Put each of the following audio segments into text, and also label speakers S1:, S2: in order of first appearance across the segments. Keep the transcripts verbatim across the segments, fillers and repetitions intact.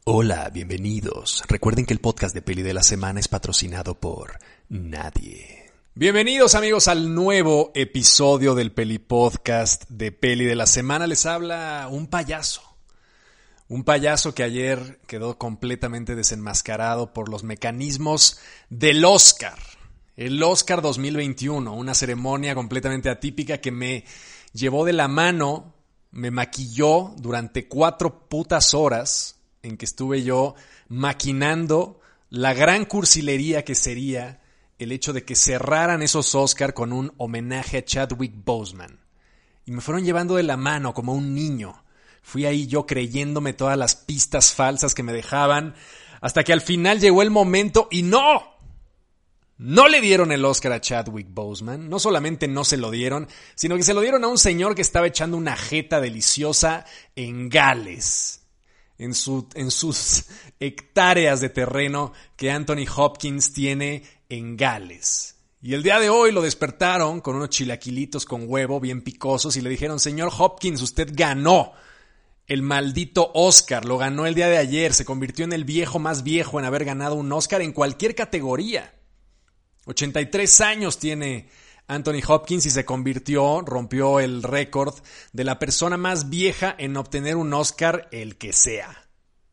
S1: Hola, bienvenidos. Recuerden que el podcast de Peli de la Semana es patrocinado por nadie. Bienvenidos amigos al nuevo episodio del Peli Podcast de Peli de la Semana. Les habla un payaso. Un payaso que ayer quedó completamente desenmascarado por los mecanismos del Oscar. El Oscar dos mil veintiuno, una ceremonia completamente atípica que me llevó de la mano, me maquilló durante cuatro putas horas en que estuve yo maquinando la gran cursilería que sería el hecho de que cerraran esos Oscar con un homenaje a Chadwick Boseman. Y me fueron llevando de la mano como un niño. Fui ahí yo creyéndome todas las pistas falsas que me dejaban, hasta que al final llegó el momento y ¡no! No le dieron el Oscar a Chadwick Boseman. No solamente no se lo dieron, sino que se lo dieron a un señor que estaba echando una jeta deliciosa en Gales. En, su, en sus hectáreas de terreno que Anthony Hopkins tiene en Gales. Y el día de hoy lo despertaron con unos chilaquilitos con huevo bien picosos y le dijeron: señor Hopkins, usted ganó el maldito Oscar, lo ganó el día de ayer, se convirtió en el viejo más viejo en haber ganado un Oscar en cualquier categoría. ochenta y tres años tiene Anthony Hopkins y se convirtió, rompió el récord de la persona más vieja en obtener un Oscar, el que sea.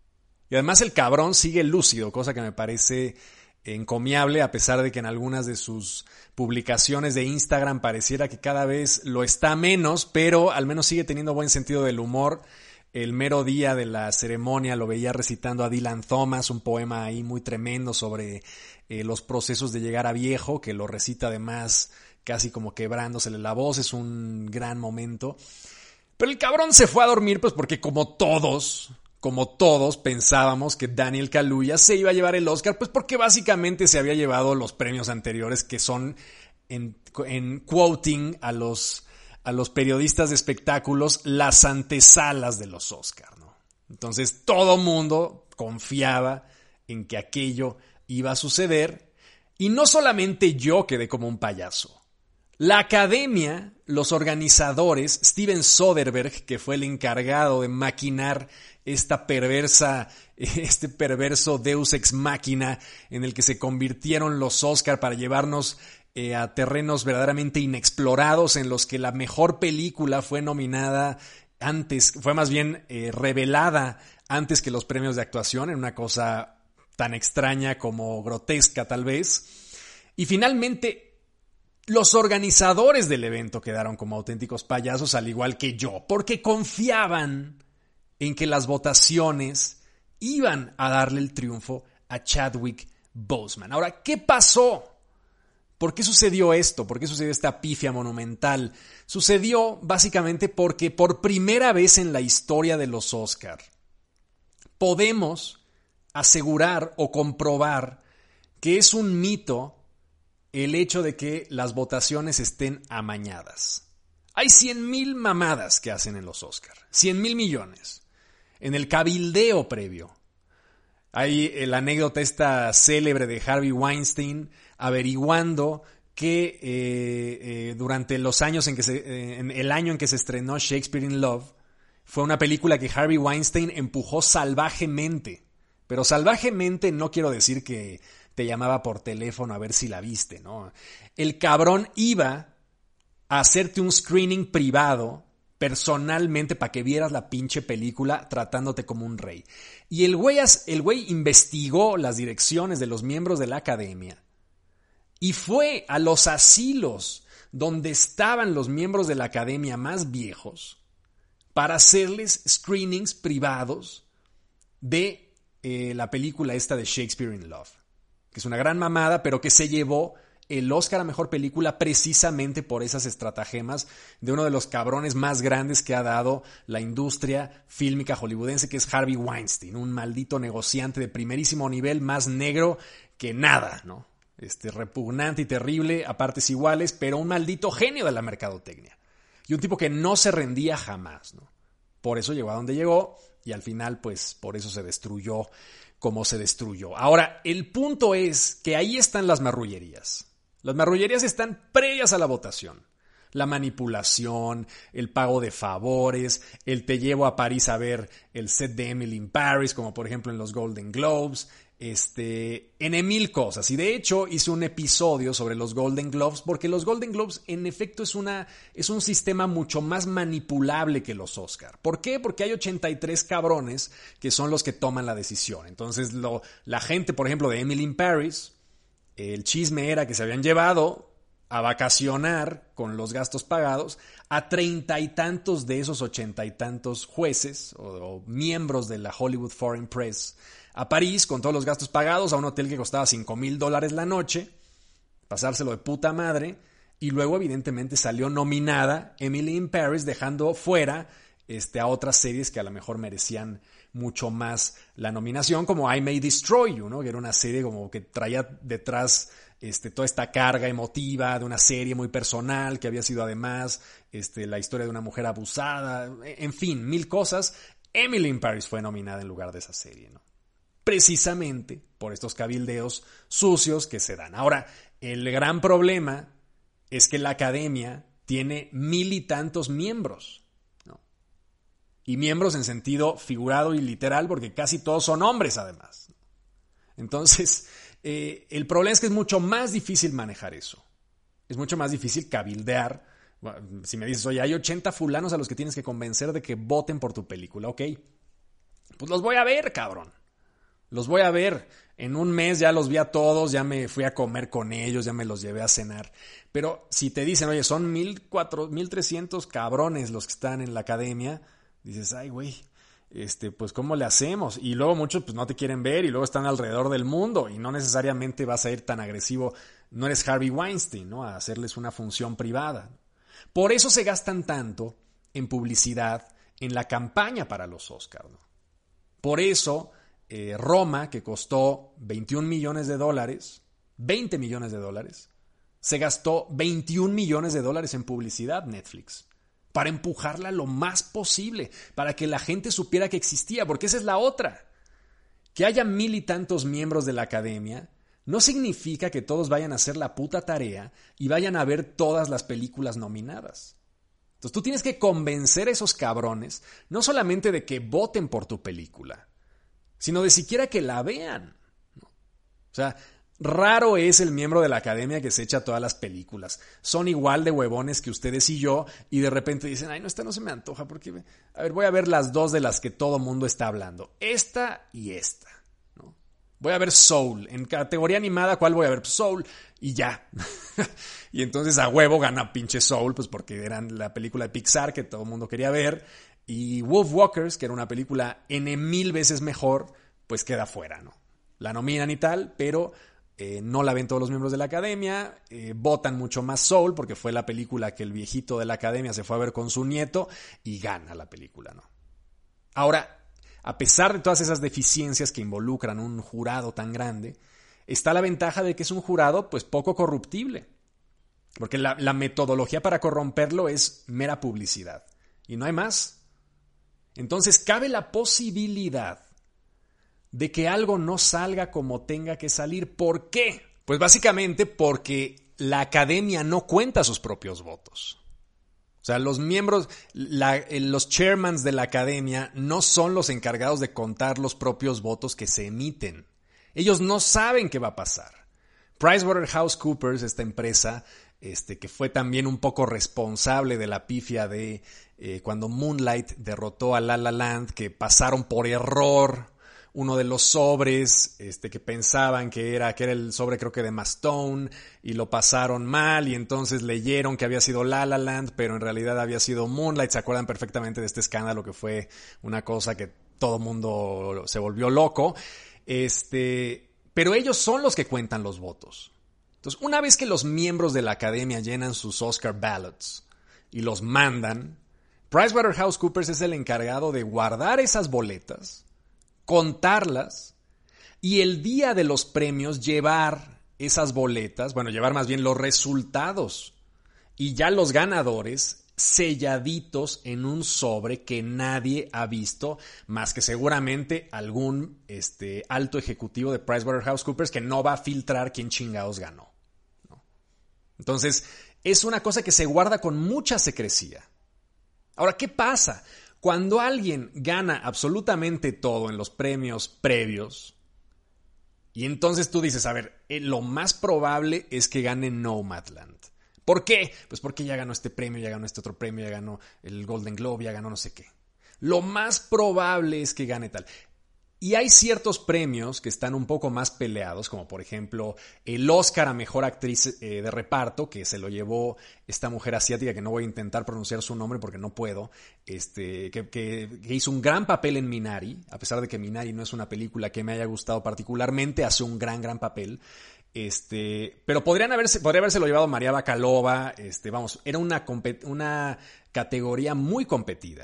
S1: Y además el cabrón sigue lúcido, cosa que me parece encomiable, a pesar de que en algunas de sus publicaciones de Instagram pareciera que cada vez lo está menos, pero al menos sigue teniendo buen sentido del humor. El mero día de la ceremonia lo veía recitando a Dylan Thomas, un poema ahí muy tremendo sobre eh, los procesos de llegar a viejo, que lo recita además casi como quebrándosele la voz. Es un gran momento. Pero el cabrón se fue a dormir pues porque como todos, como todos pensábamos que Daniel Kaluuya se iba a llevar el Oscar, pues porque básicamente se había llevado los premios anteriores, que son en, en quoting a los, a los periodistas de espectáculos, las antesalas de los Oscar, ¿no? Entonces todo mundo confiaba en que aquello iba a suceder y no solamente yo quedé como un payaso. La academia, los organizadores, Steven Soderbergh, que fue el encargado de maquinar esta perversa, este perverso Deus Ex Machina en el que se convirtieron los Oscar para llevarnos eh, a terrenos verdaderamente inexplorados, en los que la mejor película fue nominada antes, fue más bien eh, revelada antes que los premios de actuación, en una cosa tan extraña como grotesca tal vez. Y finalmente los organizadores del evento quedaron como auténticos payasos, al igual que yo, porque confiaban en que las votaciones iban a darle el triunfo a Chadwick Boseman. Ahora, ¿qué pasó? ¿Por qué sucedió esto? ¿Por qué sucedió esta pifia monumental? Sucedió básicamente porque por primera vez en la historia de los Oscar podemos asegurar o comprobar que es un mito el hecho de que las votaciones estén amañadas. Hay cien mil mamadas que hacen en los Oscar, cien mil millones. En el cabildeo previo. Hay la anécdota esta célebre de Harvey Weinstein averiguando que eh, eh, durante los años en que se, eh, en el año en que se estrenó Shakespeare in Love, fue una película que Harvey Weinstein empujó salvajemente. Pero salvajemente no quiero decir que te llamaba por teléfono a ver si la viste, ¿no? El cabrón iba a hacerte un screening privado personalmente para que vieras la pinche película tratándote como un rey. Y el güey, el güey investigó las direcciones de los miembros de la academia y fue a los asilos donde estaban los miembros de la academia más viejos para hacerles screenings privados de eh, la película esta de Shakespeare in Love, que es una gran mamada, pero que se llevó el Oscar a Mejor Película precisamente por esas estratagemas de uno de los cabrones más grandes que ha dado la industria fílmica hollywoodense, que es Harvey Weinstein, un maldito negociante de primerísimo nivel, más negro que nada, ¿no? Este, repugnante y terrible a partes iguales, pero un maldito genio de la mercadotecnia. Y un tipo que no se rendía jamás, ¿no? Por eso llegó a donde llegó y al final, pues, por eso se destruyó como se destruyó. Ahora, el punto es que ahí están las marrullerías. Las marrullerías están previas a la votación. La manipulación, el pago de favores, el te llevo a París a ver el set de Emily in Paris, como por ejemplo en los Golden Globes, este, en mil cosas. Y de hecho hice un episodio sobre los Golden Globes, porque los Golden Globes en efecto es, una, es un sistema mucho más manipulable que los Oscar. ¿Por qué? Porque hay ochenta y tres cabrones que son los que toman la decisión. Entonces lo, la gente, por ejemplo, de Emily in Paris, el chisme era que se habían llevado a vacacionar con los gastos pagados a treinta y tantos de esos ochenta y tantos jueces o, o miembros de la Hollywood Foreign Press a París con todos los gastos pagados, a un hotel que costaba cinco mil dólares la noche, pasárselo de puta madre, y luego evidentemente salió nominada Emily in Paris, dejando fuera este, a otras series que a lo mejor merecían mucho más la nominación, como I May Destroy You, ¿no? Que era una serie como que traía detrás este, toda esta carga emotiva de una serie muy personal, que había sido además este, la historia de una mujer abusada, en fin, mil cosas. Emily in Paris fue nominada en lugar de esa serie, ¿no? Precisamente por estos cabildeos sucios que se dan. Ahora, el gran problema es que la academia tiene mil y tantos miembros, ¿no? Y miembros en sentido figurado y literal, porque casi todos son hombres además. Entonces, eh, el problema es que es mucho más difícil manejar eso. Es mucho más difícil cabildear. Bueno, si me dices, oye, hay ochenta fulanos a los que tienes que convencer de que voten por tu película, ok. Pues los voy a ver, cabrón. Los voy a ver. En un mes ya los vi a todos, ya me fui a comer con ellos, ya me los llevé a cenar. Pero si te dicen, oye, son mil trescientos cabrones los que están en la academia, dices, ay, güey, este, pues ¿cómo le hacemos? Y luego muchos pues no te quieren ver y luego están alrededor del mundo y no necesariamente vas a ir tan agresivo, no eres Harvey Weinstein, ¿no? A hacerles una función privada. Por eso se gastan tanto en publicidad en la campaña para los Oscars, ¿no? Por eso Eh, Roma, que costó veintiún millones de dólares, veinte millones de dólares, se gastó veintiún millones de dólares en publicidad Netflix, para empujarla lo más posible, para que la gente supiera que existía, porque esa es la otra. Que haya mil y tantos miembros de la academia no significa que todos vayan a hacer la puta tarea y vayan a ver todas las películas nominadas. Entonces tú tienes que convencer a esos cabrones, no solamente de que voten por tu película, sino de siquiera que la vean. O sea, raro es el miembro de la academia que se echa todas las películas. Son igual de huevones que ustedes y yo y de repente dicen, ay, no, esta no se me antoja porque, a ver, voy a ver las dos de las que todo mundo está hablando. Esta y esta, ¿no? Voy a ver Soul. En categoría animada, ¿cuál voy a ver? Soul y ya. Y entonces a huevo gana pinche Soul, pues porque eran la película de Pixar que todo el mundo quería ver. Y Wolf Walkers, que era una película N mil veces mejor, pues queda fuera, ¿no? La nominan y tal, pero eh, no la ven todos los miembros de la academia, eh, votan mucho más Soul, porque fue la película que el viejito de la academia se fue a ver con su nieto, y gana la película, ¿no? Ahora, a pesar de todas esas deficiencias que involucran un jurado tan grande, está la ventaja de que es un jurado, pues, poco corruptible, porque la, la metodología para corromperlo es mera publicidad, y no hay más. Entonces cabe la posibilidad de que algo no salga como tenga que salir. ¿Por qué? Pues básicamente porque la academia no cuenta sus propios votos. O sea, los miembros, la, los chairmans de la academia no son los encargados de contar los propios votos que se emiten. Ellos no saben qué va a pasar. PricewaterhouseCoopers, esta empresa, este, que fue también un poco responsable de la pifia de eh, cuando Moonlight derrotó a La La Land, que pasaron por error uno de los sobres este, que pensaban que era, que era el sobre creo que de Emma Stone y lo pasaron mal y entonces leyeron que había sido La La Land, pero en realidad había sido Moonlight. ¿Se acuerdan perfectamente de este escándalo que fue una cosa que todo el mundo se volvió loco? Este, pero ellos son los que cuentan los votos. Entonces, una vez que los miembros de la academia llenan sus Oscar ballots y los mandan, PricewaterhouseCoopers es el encargado de guardar esas boletas, contarlas y el día de los premios llevar esas boletas, bueno, llevar más bien los resultados y ya los ganadores selladitos en un sobre que nadie ha visto más que seguramente algún este, alto ejecutivo de PricewaterhouseCoopers que no va a filtrar quién chingados ganó, ¿no? Entonces, es una cosa que se guarda con mucha secrecía. Ahora, ¿qué pasa? Cuando alguien gana absolutamente todo en los premios previos, y entonces tú dices, a ver, eh, lo más probable es que gane Nomadland. ¿Por qué? Pues porque ya ganó este premio, ya ganó este otro premio, ya ganó el Golden Globe, ya ganó no sé qué. Lo más probable es que gane tal. Y hay ciertos premios que están un poco más peleados, como por ejemplo el Oscar a Mejor Actriz eh, de Reparto, que se lo llevó esta mujer asiática, que no voy a intentar pronunciar su nombre porque no puedo, este, que, que, que hizo un gran papel en Minari, a pesar de que Minari no es una película que me haya gustado particularmente, hace un gran, gran papel. Este, pero podrían haberse, podría habérselo llevado María Bakalova, este, vamos, era una, una categoría muy competida.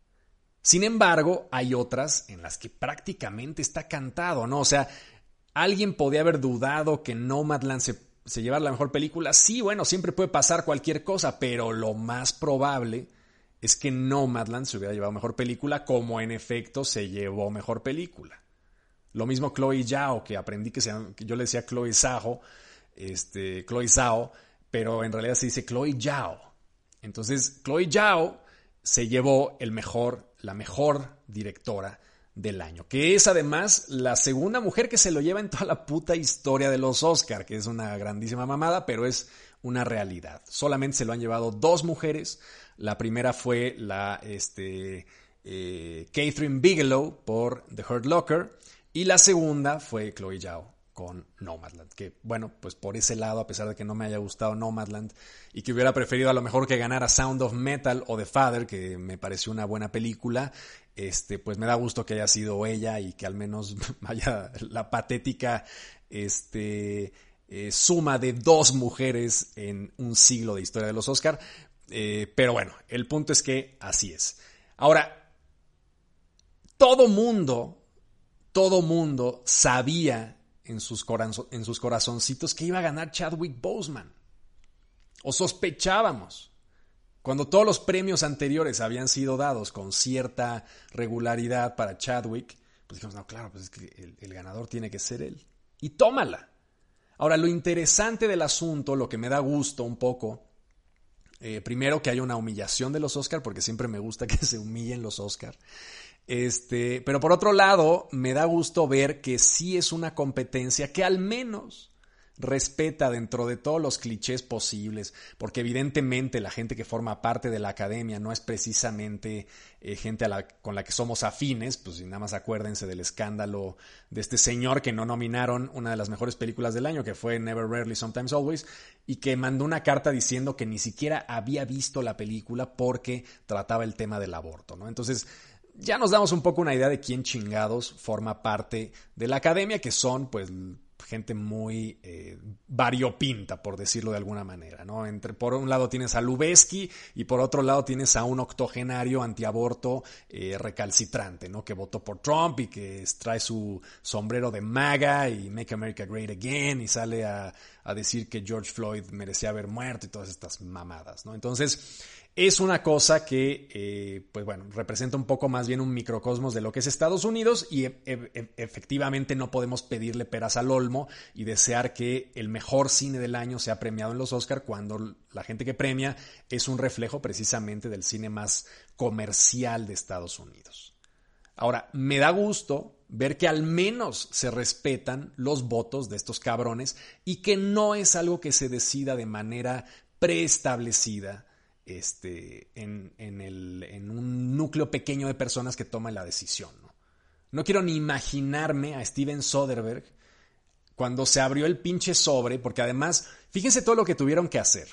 S1: Sin embargo, hay otras en las que prácticamente está cantado, ¿no? O sea, ¿alguien podía haber dudado que Nomadland se, se llevara la mejor película? Sí, bueno, siempre puede pasar cualquier cosa, pero lo más probable es que Nomadland se hubiera llevado mejor película, como en efecto se llevó mejor película. Lo mismo Chloe Zhao, que aprendí que, se, que yo le decía Chloe Zhao, este, Chloe Zhao, pero en realidad se dice Chloe Zhao. Entonces, Chloe Zhao se llevó el mejor, la mejor directora del año, que es además la segunda mujer que se lo lleva en toda la puta historia de los Oscar, que es una grandísima mamada, pero es una realidad. Solamente se lo han llevado dos mujeres. La primera fue la este, eh, Catherine Bigelow por The Hurt Locker y la segunda fue Chloe Zhao con Nomadland, que bueno, pues por ese lado, a pesar de que no me haya gustado Nomadland y que hubiera preferido a lo mejor que ganara Sound of Metal o The Father, que me pareció una buena película, este, pues me da gusto que haya sido ella y que al menos vaya la patética este, eh, suma de dos mujeres en un siglo de historia de los Oscar, eh, pero bueno, el punto es que así es. Ahora, todo mundo, todo mundo sabía en sus, corazon, en sus corazoncitos que iba a ganar Chadwick Boseman. O sospechábamos. Cuando todos los premios anteriores habían sido dados con cierta regularidad para Chadwick, pues dijimos, no, claro, pues es que el, el ganador tiene que ser él. Y tómala. Ahora, lo interesante del asunto, lo que me da gusto un poco, eh, primero que haya una humillación de los Oscar, porque siempre me gusta que se humillen los Oscar. Este, pero por otro lado, me da gusto ver que sí es una competencia que al menos respeta dentro de todos los clichés posibles, porque evidentemente la gente que forma parte de la academia no es precisamente eh, gente a la, con la que somos afines, pues nada más acuérdense del escándalo de este señor que no nominaron una de las mejores películas del año, que fue Never, Rarely, Sometimes, Always, y que mandó una carta diciendo que ni siquiera había visto la película porque trataba el tema del aborto, ¿no? Entonces, ya nos damos un poco una idea de quién chingados forma parte de la academia, que son pues gente muy eh, variopinta, por decirlo de alguna manera, ¿no? Entre, por un lado tienes a Lubezki y por otro lado tienes a un octogenario antiaborto eh, recalcitrante, ¿no? Que votó por Trump y que trae su sombrero de MAGA y Make America Great Again y sale a, a decir que George Floyd merecía haber muerto y todas estas mamadas, ¿no? Entonces, es una cosa que, eh, pues bueno, representa un poco más bien un microcosmos de lo que es Estados Unidos y e- e- efectivamente no podemos pedirle peras al olmo y desear que el mejor cine del año sea premiado en los Oscar cuando la gente que premia es un reflejo precisamente del cine más comercial de Estados Unidos. Ahora, me da gusto ver que al menos se respetan los votos de estos cabrones y que no es algo que se decida de manera preestablecida Este, en, en, el, en un núcleo pequeño de personas que toman la decisión, ¿no? No quiero ni imaginarme a Steven Soderbergh cuando se abrió el pinche sobre, porque además, fíjense todo lo que tuvieron que hacer.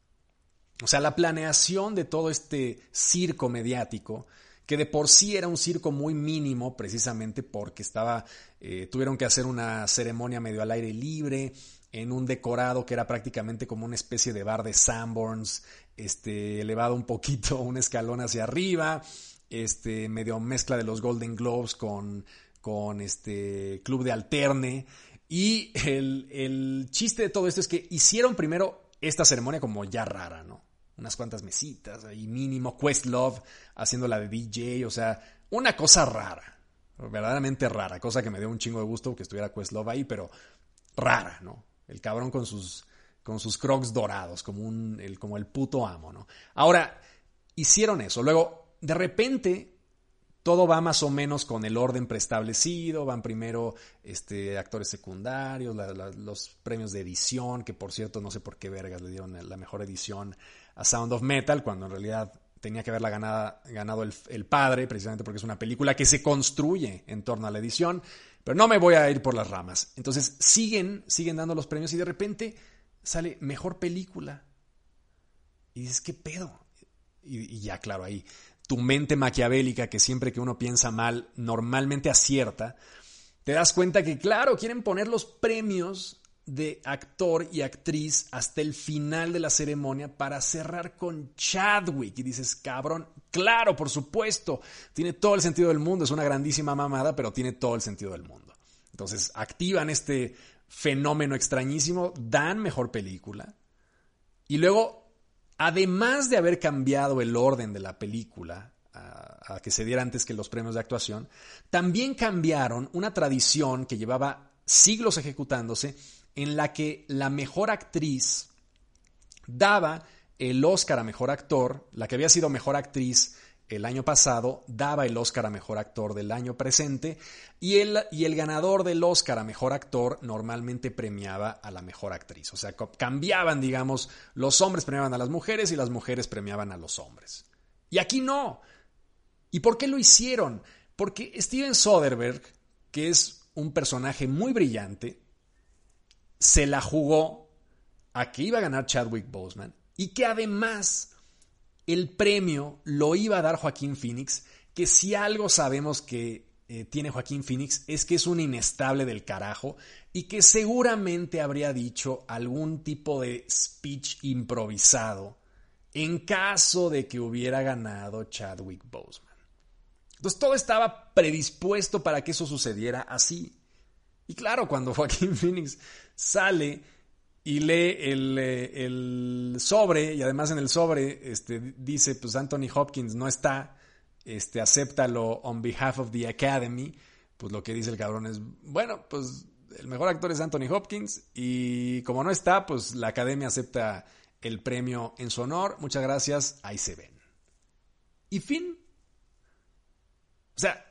S1: O sea, la planeación de todo este circo mediático, que de por sí era un circo muy mínimo, precisamente porque estaba, eh, tuvieron que hacer una ceremonia medio al aire libre, en un decorado que era prácticamente como una especie de bar de Sanborns, este, elevado un poquito, un escalón hacia arriba, este, medio mezcla de los Golden Globes con, con este Club de Alterne. Y el, el chiste de todo esto es que hicieron primero esta ceremonia como ya rara, ¿no? Unas cuantas mesitas ahí mínimo, Questlove haciéndola de D J, o sea, una cosa rara, verdaderamente rara, cosa que me dio un chingo de gusto que estuviera Questlove ahí, pero rara, ¿no? El cabrón con sus con sus crocs dorados, como, un, el, como el puto amo, ¿no? Ahora, hicieron eso. Luego, de repente, todo va más o menos con el orden preestablecido. Van primero este, actores secundarios, la, la, los premios de edición, que por cierto, no sé por qué vergas le dieron la mejor edición a Sound of Metal, cuando en realidad tenía que haberla ganada, ganado el, el padre, precisamente porque es una película que se construye en torno a la edición. Pero no me voy a ir por las ramas. Entonces, siguen, siguen dando los premios y de repente sale mejor película. Y dices, ¿qué pedo? Y, y ya, claro, ahí tu mente maquiavélica, que siempre que uno piensa mal, normalmente acierta, te das cuenta que, claro, quieren poner los premios de actor y actriz hasta el final de la ceremonia para cerrar con Chadwick. Y dices, cabrón, claro, por supuesto, tiene todo el sentido del mundo, es una grandísima mamada, pero tiene todo el sentido del mundo. Entonces, activan este fenómeno extrañísimo, dan mejor película, y luego, además de haber cambiado el orden de la película a, a que se diera antes que los premios de actuación, también cambiaron una tradición que llevaba siglos ejecutándose, en la que la mejor actriz daba el Oscar a mejor actor, la que había sido mejor actriz el año pasado daba el Oscar a mejor actor del año presente, y el, y el ganador del Oscar a mejor actor normalmente premiaba a la mejor actriz. O sea, cambiaban, digamos, los hombres premiaban a las mujeres y las mujeres premiaban a los hombres. Y aquí no. ¿Y por qué lo hicieron? Porque Steven Soderbergh, que es un personaje muy brillante, se la jugó a que iba a ganar Chadwick Boseman y que además el premio lo iba a dar Joaquín Phoenix, que si algo sabemos que eh, tiene Joaquín Phoenix es que es un inestable del carajo y que seguramente habría dicho algún tipo de speech improvisado en caso de que hubiera ganado Chadwick Boseman. Entonces todo estaba predispuesto para que eso sucediera así. Y claro, cuando Joaquín Phoenix sale y lee el, el sobre, y además en el sobre este, dice, pues Anthony Hopkins no está, este, acéptalo on behalf of the Academy, pues lo que dice el cabrón es, bueno, pues el mejor actor es Anthony Hopkins, y como no está, pues la Academia acepta el premio en su honor, muchas gracias, ahí se ven. Y fin. O sea,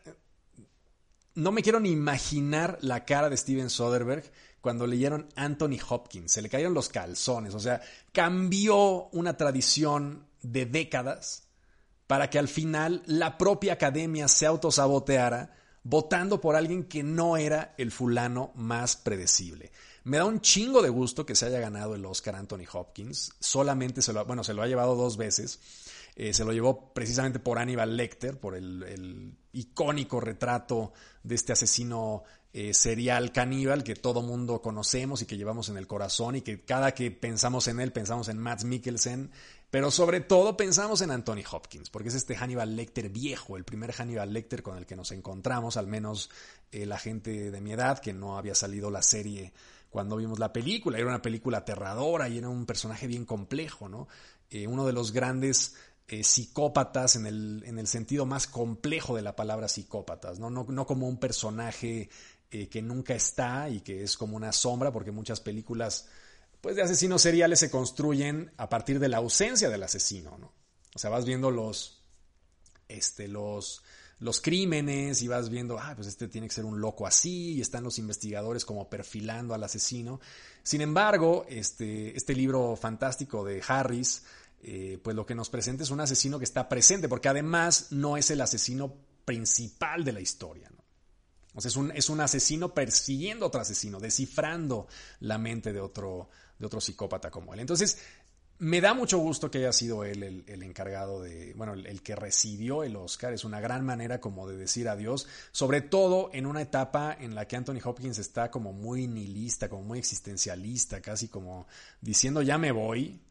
S1: no me quiero ni imaginar la cara de Steven Soderbergh cuando leyeron Anthony Hopkins. Se le cayeron los calzones. O sea, cambió una tradición de décadas para que al final la propia academia se autosaboteara votando por alguien que no era el fulano más predecible. Me da un chingo de gusto que se haya ganado el Oscar Anthony Hopkins. Solamente se lo, bueno, se lo ha llevado dos veces. Eh, se lo llevó precisamente por Hannibal Lecter, por el, el icónico retrato de este asesino eh, serial caníbal que todo mundo conocemos y que llevamos en el corazón, y que cada que pensamos en él pensamos en Mads Mikkelsen, pero sobre todo pensamos en Anthony Hopkins, porque es este Hannibal Lecter viejo, el primer Hannibal Lecter con el que nos encontramos, al menos eh, la gente de mi edad, que no había salido la serie cuando vimos la película. Era una película aterradora y era un personaje bien complejo, ¿no? Eh, uno de los grandes Eh, psicópatas en el, en el sentido más complejo de la palabra psicópatas, ¿no? No, no como un personaje eh, que nunca está y que es como una sombra, porque muchas películas pues, de asesinos seriales se construyen a partir de la ausencia del asesino, ¿no? O sea, vas viendo los, este, los, los crímenes y vas viendo, ah, pues este tiene que ser un loco así, y están los investigadores como perfilando al asesino. Sin embargo, este, este libro fantástico de Harris, Eh, pues lo que nos presenta es un asesino que está presente, porque además no es el asesino principal de la historia, ¿no? O sea, es un, es un asesino persiguiendo a otro asesino, descifrando la mente de otro, de otro psicópata como él. Entonces, me da mucho gusto que haya sido él el, el encargado de, bueno, el, el que recibió el Oscar. Es una gran manera como de decir adiós, sobre todo en una etapa en la que Anthony Hopkins está como muy nihilista, como muy existencialista, casi como diciendo ya me voy.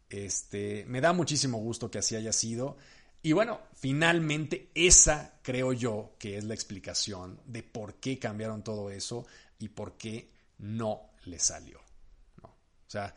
S1: Este, me da muchísimo gusto que así haya sido. Y bueno, finalmente esa creo yo que es la explicación de por qué cambiaron todo eso y por qué no le salió, ¿no? O sea,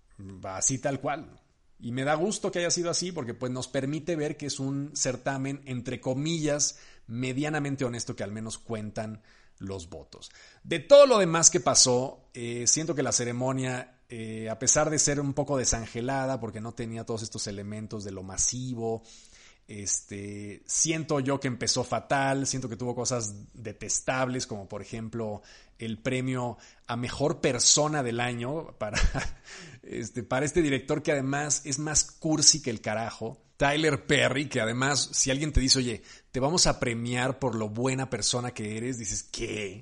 S1: va así tal cual. Y me da gusto que haya sido así, porque pues nos permite ver que es un certamen, entre comillas, medianamente honesto, que al menos cuentan los votos. De todo lo demás que pasó, eh, siento que la ceremonia eh, a pesar de ser un poco desangelada porque no tenía todos estos elementos de lo masivo. Este, siento yo que empezó fatal, siento que tuvo cosas detestables, como por ejemplo el premio a mejor persona del año para este, para este director que además es más cursi que el carajo, Tyler Perry, que además si alguien te dice, oye, te vamos a premiar por lo buena persona que eres, dices, ¿qué?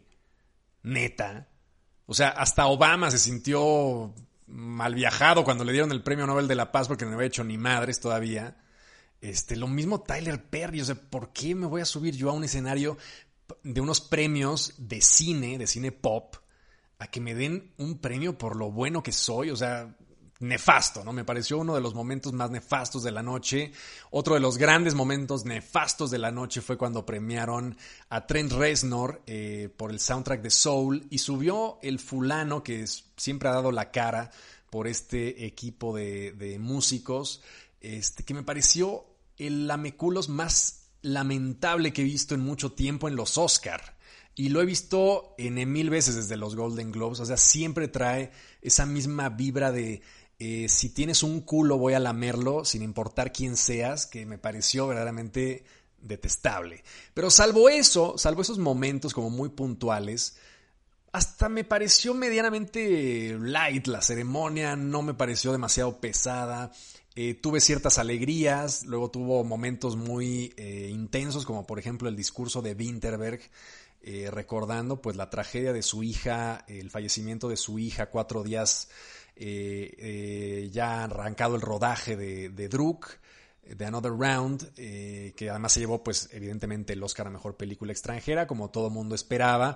S1: ¿Neta? O sea, hasta Obama se sintió mal viajado cuando le dieron el premio Nobel de la Paz porque no había hecho ni madres todavía. Este, lo mismo Tyler Perry, o sea, ¿por qué me voy a subir yo a un escenario de unos premios de cine, de cine pop, a que me den un premio por lo bueno que soy? O sea, nefasto, ¿no? Me pareció uno de los momentos más nefastos de la noche. Otro de los grandes momentos nefastos de la noche fue cuando premiaron a Trent Reznor eh, por el soundtrack de Soul, y subió el fulano que es, siempre ha dado la cara por este equipo de, de músicos, Este, que me pareció el lameculos más lamentable que he visto en mucho tiempo en los Oscar. Y lo he visto en mil veces desde los Golden Globes. O sea, siempre trae esa misma vibra de eh, si tienes un culo voy a lamerlo, sin importar quién seas, que me pareció verdaderamente detestable. Pero salvo eso, salvo esos momentos como muy puntuales, hasta me pareció medianamente light la ceremonia, no me pareció demasiado pesada. Eh, tuve ciertas alegrías, luego tuvo momentos muy eh, intensos, como por ejemplo el discurso de Vinterberg, eh, recordando pues la tragedia de su hija, el fallecimiento de su hija cuatro días eh, eh, ya arrancado el rodaje de, de Druk, de Another Round, eh, que además se llevó pues evidentemente el Oscar a Mejor Película Extranjera, como todo mundo esperaba.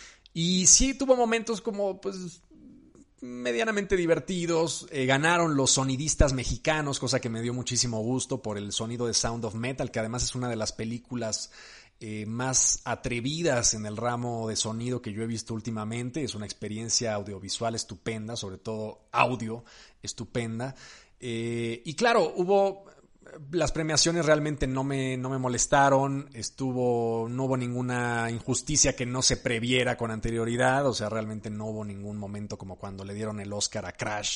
S1: Y sí tuvo momentos como pues medianamente divertidos. Eh, ganaron los sonidistas mexicanos, cosa que me dio muchísimo gusto, por el sonido de Sound of Metal, que además es una de las películas eh, más atrevidas en el ramo de sonido que yo he visto últimamente. Es una experiencia audiovisual estupenda, sobre todo audio estupenda. Eh, y claro, hubo... Las premiaciones realmente no me, no me molestaron, estuvo, no hubo ninguna injusticia que no se previera con anterioridad, o sea, realmente no hubo ningún momento como cuando le dieron el Oscar a Crash,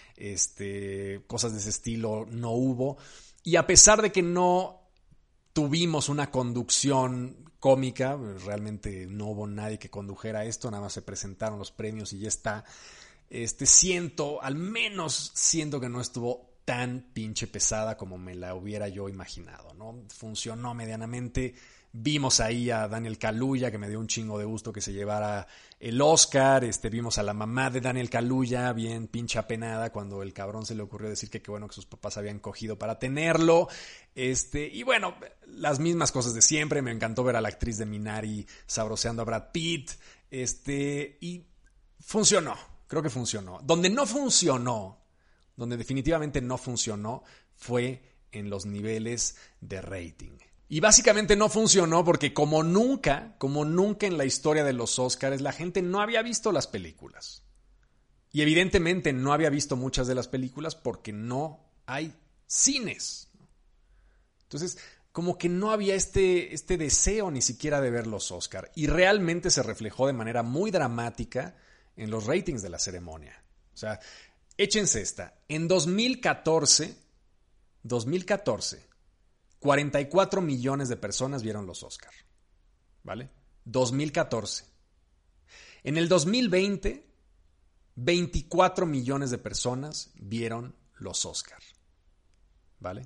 S1: este, cosas de ese estilo no hubo. Y a pesar de que no tuvimos una conducción cómica, realmente no hubo nadie que condujera esto, nada más se presentaron los premios y ya está. Este, siento, al menos siento que no estuvo tan pinche pesada como me la hubiera yo imaginado, ¿no? Funcionó medianamente. Vimos ahí a Daniel Kaluuya, que me dio un chingo de gusto que se llevara el Oscar. Este, vimos a la mamá de Daniel Kaluuya bien pinche apenada cuando el cabrón se le ocurrió decir que qué bueno que sus papás habían cogido para tenerlo. Este, y bueno, las mismas cosas de siempre. Me encantó ver a la actriz de Minari sabroseando a Brad Pitt. Este, y funcionó. Creo que funcionó. Donde no funcionó, donde definitivamente no funcionó, fue en los niveles de rating. Y básicamente no funcionó porque como nunca, como nunca en la historia de los Oscars, la gente no había visto las películas. Y evidentemente no había visto muchas de las películas porque no hay cines. Entonces, como que no había este, este deseo ni siquiera de ver los Oscars. Y realmente se reflejó de manera muy dramática en los ratings de la ceremonia. O sea, échense esta. En dos mil catorce, dos mil catorce, cuarenta y cuatro millones de personas vieron los Oscar. ¿Vale? dos mil catorce. En el dos mil veinte, veinticuatro millones de personas vieron los Oscar. ¿Vale?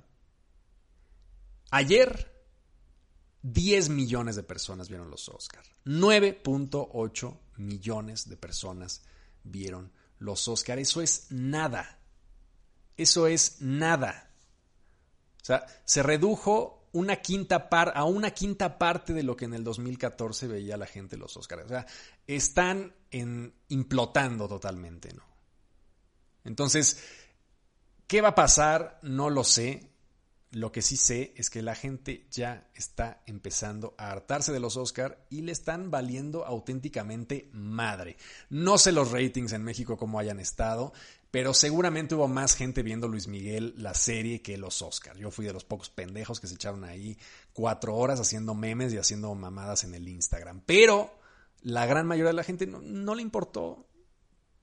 S1: Ayer, diez millones de personas vieron los Oscar. nueve punto ocho millones de personas vieron los Oscar. Eso es nada. Eso es nada. O sea, se redujo una quinta par, a una quinta parte de lo que en el dos mil catorce veía la gente los Oscars. O sea, están en, implotando totalmente, ¿no? Entonces, ¿qué va a pasar? No lo sé. Lo que sí sé es que la gente ya está empezando a hartarse de los Oscar y le están valiendo auténticamente madre. No sé los ratings en México cómo hayan estado, pero seguramente hubo más gente viendo Luis Miguel, la serie, que los Oscar. Yo fui de los pocos pendejos que se echaron ahí cuatro horas haciendo memes y haciendo mamadas en el Instagram. Pero la gran mayoría de la gente no, no le importó.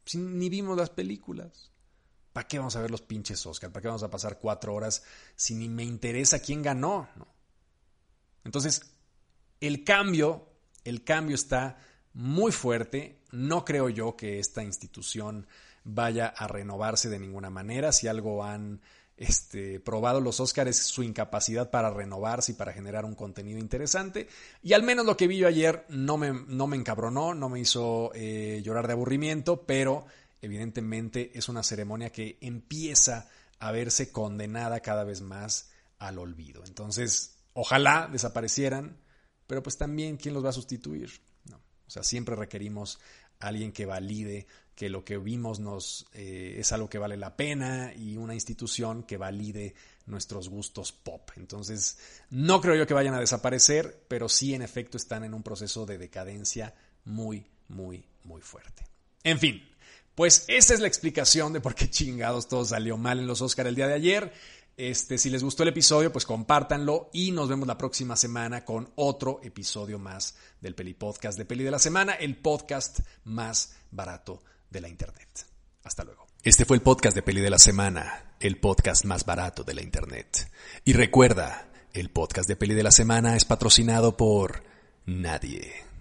S1: Si ni vimos las películas. ¿Para qué vamos a ver los pinches Oscar? ¿Para qué vamos a pasar cuatro horas si ni me interesa quién ganó? ¿No? Entonces, el cambio, el cambio está muy fuerte. No creo yo que esta institución vaya a renovarse de ninguna manera. Si algo han este, probado los Oscars es su incapacidad para renovarse y para generar un contenido interesante. Y al menos lo que vi yo ayer no me, no me encabronó, no me hizo eh, llorar de aburrimiento, pero evidentemente es una ceremonia que empieza a verse condenada cada vez más al olvido. Entonces, ojalá desaparecieran, pero pues también, ¿quién los va a sustituir? No. O sea, siempre requerimos a alguien que valide que lo que vimos nos eh, es algo que vale la pena y una institución que valide nuestros gustos pop. Entonces, no creo yo que vayan a desaparecer, pero sí, en efecto, están en un proceso de decadencia muy, muy, muy fuerte. En fin. Pues esa es la explicación de por qué chingados todo salió mal en los Oscar el día de ayer. Este, si les gustó el episodio, pues compártanlo y nos vemos la próxima semana con otro episodio más del Peli Podcast de Peli de la Semana, el podcast más barato de la internet. Hasta luego. Este fue el podcast de Peli de la Semana, el podcast más barato de la internet. Y recuerda, el podcast de Peli de la Semana es patrocinado por nadie.